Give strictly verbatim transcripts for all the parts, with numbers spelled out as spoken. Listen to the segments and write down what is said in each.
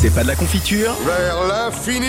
C'est pas de la confiture. Vers l'infini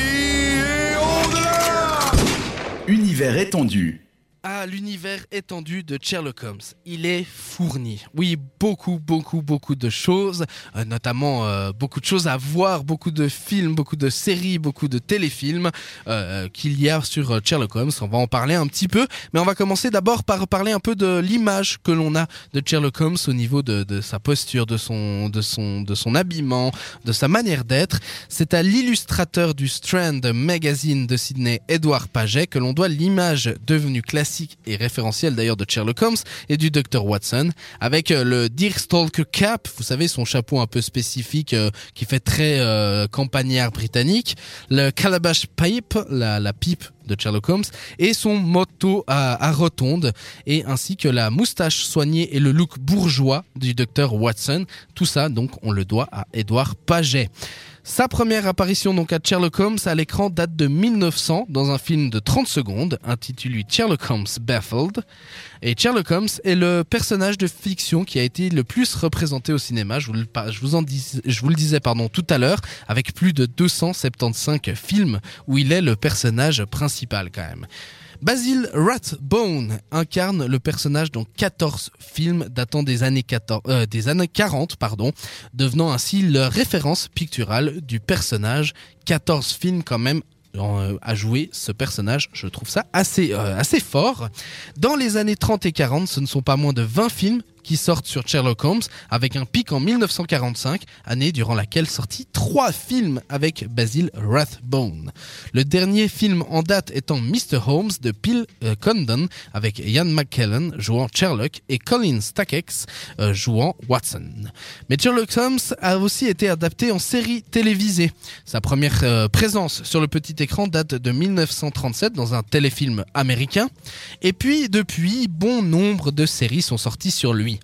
et au-delà. Univers étendu. Ah, l'univers étendu de Sherlock Holmes, il est fourni. Oui, beaucoup, beaucoup, beaucoup de choses, euh, notamment euh, beaucoup de choses à voir, beaucoup de films, beaucoup de séries, beaucoup de téléfilms euh, qu'il y a sur Sherlock Holmes. On va en parler un petit peu, mais on va commencer d'abord par parler un peu de l'image que l'on a de Sherlock Holmes au niveau de, de sa posture, de son, de son, de son habillement, de sa manière d'être. C'est à l'illustrateur du Strand Magazine de Sydney, Édouard Paget, que l'on doit l'image devenue classique et référentiel d'ailleurs de Sherlock Holmes et du docteur Watson, avec euh, le Deerstalker Cap, vous savez, son chapeau un peu spécifique euh, qui fait très euh, campagnard britannique, le Calabash Pipe, la, la pipe de Sherlock Holmes, et son moto à, à rotonde, et ainsi que la moustache soignée et le look bourgeois du docteur Watson. Tout ça, donc, on le doit à Édouard Paget. Sa première apparition donc à Sherlock Holmes à l'écran date de mille neuf cents dans un film de trente secondes intitulé Sherlock Holmes Baffled. Et Sherlock Holmes est le personnage de fiction qui a été le plus représenté au cinéma. Je vous le, je vous en dis, je vous le disais pardon tout à l'heure, avec plus de deux cent soixante-quinze films où il est le personnage principal quand même. Basil Rathbone incarne le personnage dans quatorze films datant des années, quatorze, euh, des années quarante, pardon, devenant ainsi la référence picturale du personnage. quatorze films quand même euh, à jouer ce personnage, je trouve ça assez, euh, assez fort. Dans les années trente et quarante, ce ne sont pas moins de vingt films qui sortent sur Sherlock Holmes, avec un pic en mille neuf cent quarante-cinq, année durant laquelle sortit trois films avec Basil Rathbone. Le dernier film en date étant mister Holmes de Bill euh, Condon, avec Ian McKellen jouant Sherlock et Colin Stackex euh, jouant Watson. Mais Sherlock Holmes a aussi été adapté en série télévisée. Sa première euh, présence sur le petit écran date de mille neuf cent trente-sept dans un téléfilm américain. Et puis, depuis, bon nombre de séries sont sorties sur lui.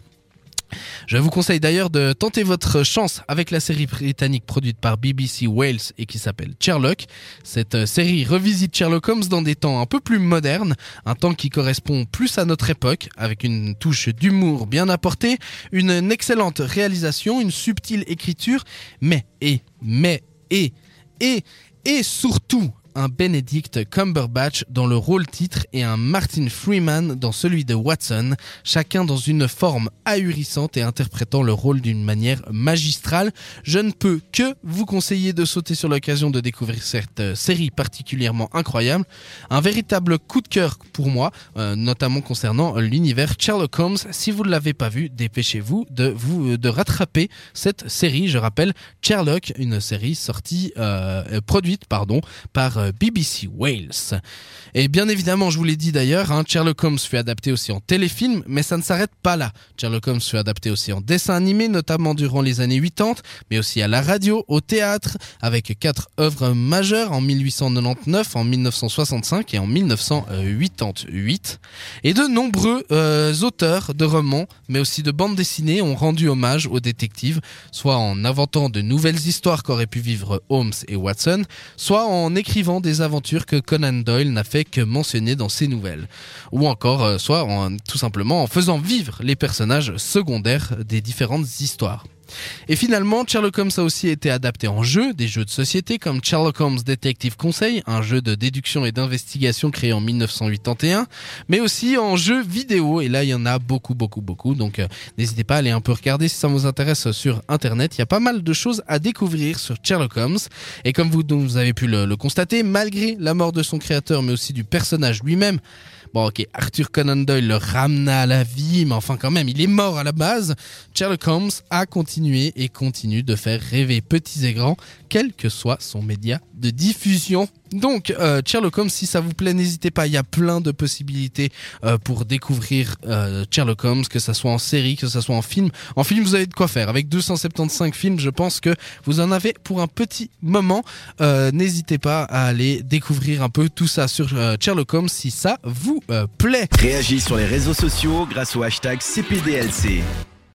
Je vous conseille d'ailleurs de tenter votre chance avec la série britannique produite par B B C Wales et qui s'appelle Sherlock. Cette série revisite Sherlock Holmes dans des temps un peu plus modernes, un temps qui correspond plus à notre époque, avec une touche d'humour bien apportée, une excellente réalisation, une subtile écriture, mais, et, mais, et, et, et surtout un Benedict Cumberbatch dans le rôle titre et un Martin Freeman dans celui de Watson, chacun dans une forme ahurissante et interprétant le rôle d'une manière magistrale. Je ne peux que vous conseiller de sauter sur l'occasion de découvrir cette série particulièrement incroyable. Un véritable coup de cœur pour moi, euh, notamment concernant l'univers Sherlock Holmes. Si vous ne l'avez pas vu, dépêchez-vous de vous de rattraper cette série. Je rappelle Sherlock, une série sortie, euh, produite pardon, par B B C Wales. Et bien évidemment, je vous l'ai dit d'ailleurs, hein, Sherlock Holmes fut adapté aussi en téléfilm, mais ça ne s'arrête pas là. Sherlock Holmes fut adapté aussi en dessin animé, notamment durant les années quatre-vingt-dix, mais aussi à la radio, au théâtre, avec quatre œuvres majeures en mille huit cent quatre-vingt-dix-neuf, en mille neuf cent soixante-cinq et en mille neuf cent quatre-vingt-huit. Et de nombreux euh, auteurs de romans, mais aussi de bandes dessinées, ont rendu hommage aux détectives, soit en inventant de nouvelles histoires qu'auraient pu vivre Holmes et Watson, soit en écrivant des aventures que Conan Doyle n'a fait que mentionner dans ses nouvelles. Ou encore, euh, soit en, tout simplement en faisant vivre les personnages secondaires des différentes histoires. Et finalement, Sherlock Holmes a aussi été adapté en jeu, des jeux de société comme Sherlock Holmes Detective Conseil, un jeu de déduction et d'investigation créé en mille neuf cent quatre-vingt-onze, mais aussi en jeu vidéo, et là il y en a beaucoup beaucoup beaucoup, donc euh, n'hésitez pas à aller un peu regarder si ça vous intéresse sur internet. Il y a pas mal de choses à découvrir sur Sherlock Holmes, et comme vous, donc, vous avez pu le, le constater, malgré la mort de son créateur mais aussi du personnage lui-même, bon ok, Arthur Conan Doyle le ramena à la vie, mais enfin quand même, il est mort à la base. Sherlock Holmes a continué et continue de faire rêver petits et grands, quel que soit son média de diffusion. Donc euh, Sherlock Holmes, si ça vous plaît, n'hésitez pas, il y a plein de possibilités euh, pour découvrir euh, Sherlock Holmes, que ça soit en série, que ça soit en film. En film, vous avez de quoi faire. Avec deux cent soixante-quinze films, je pense que vous en avez pour un petit moment. Euh, n'hésitez pas à aller découvrir un peu tout ça sur euh, Sherlock Holmes si ça vous euh, plaît. Réagis sur les réseaux sociaux grâce au hashtag C P D L C.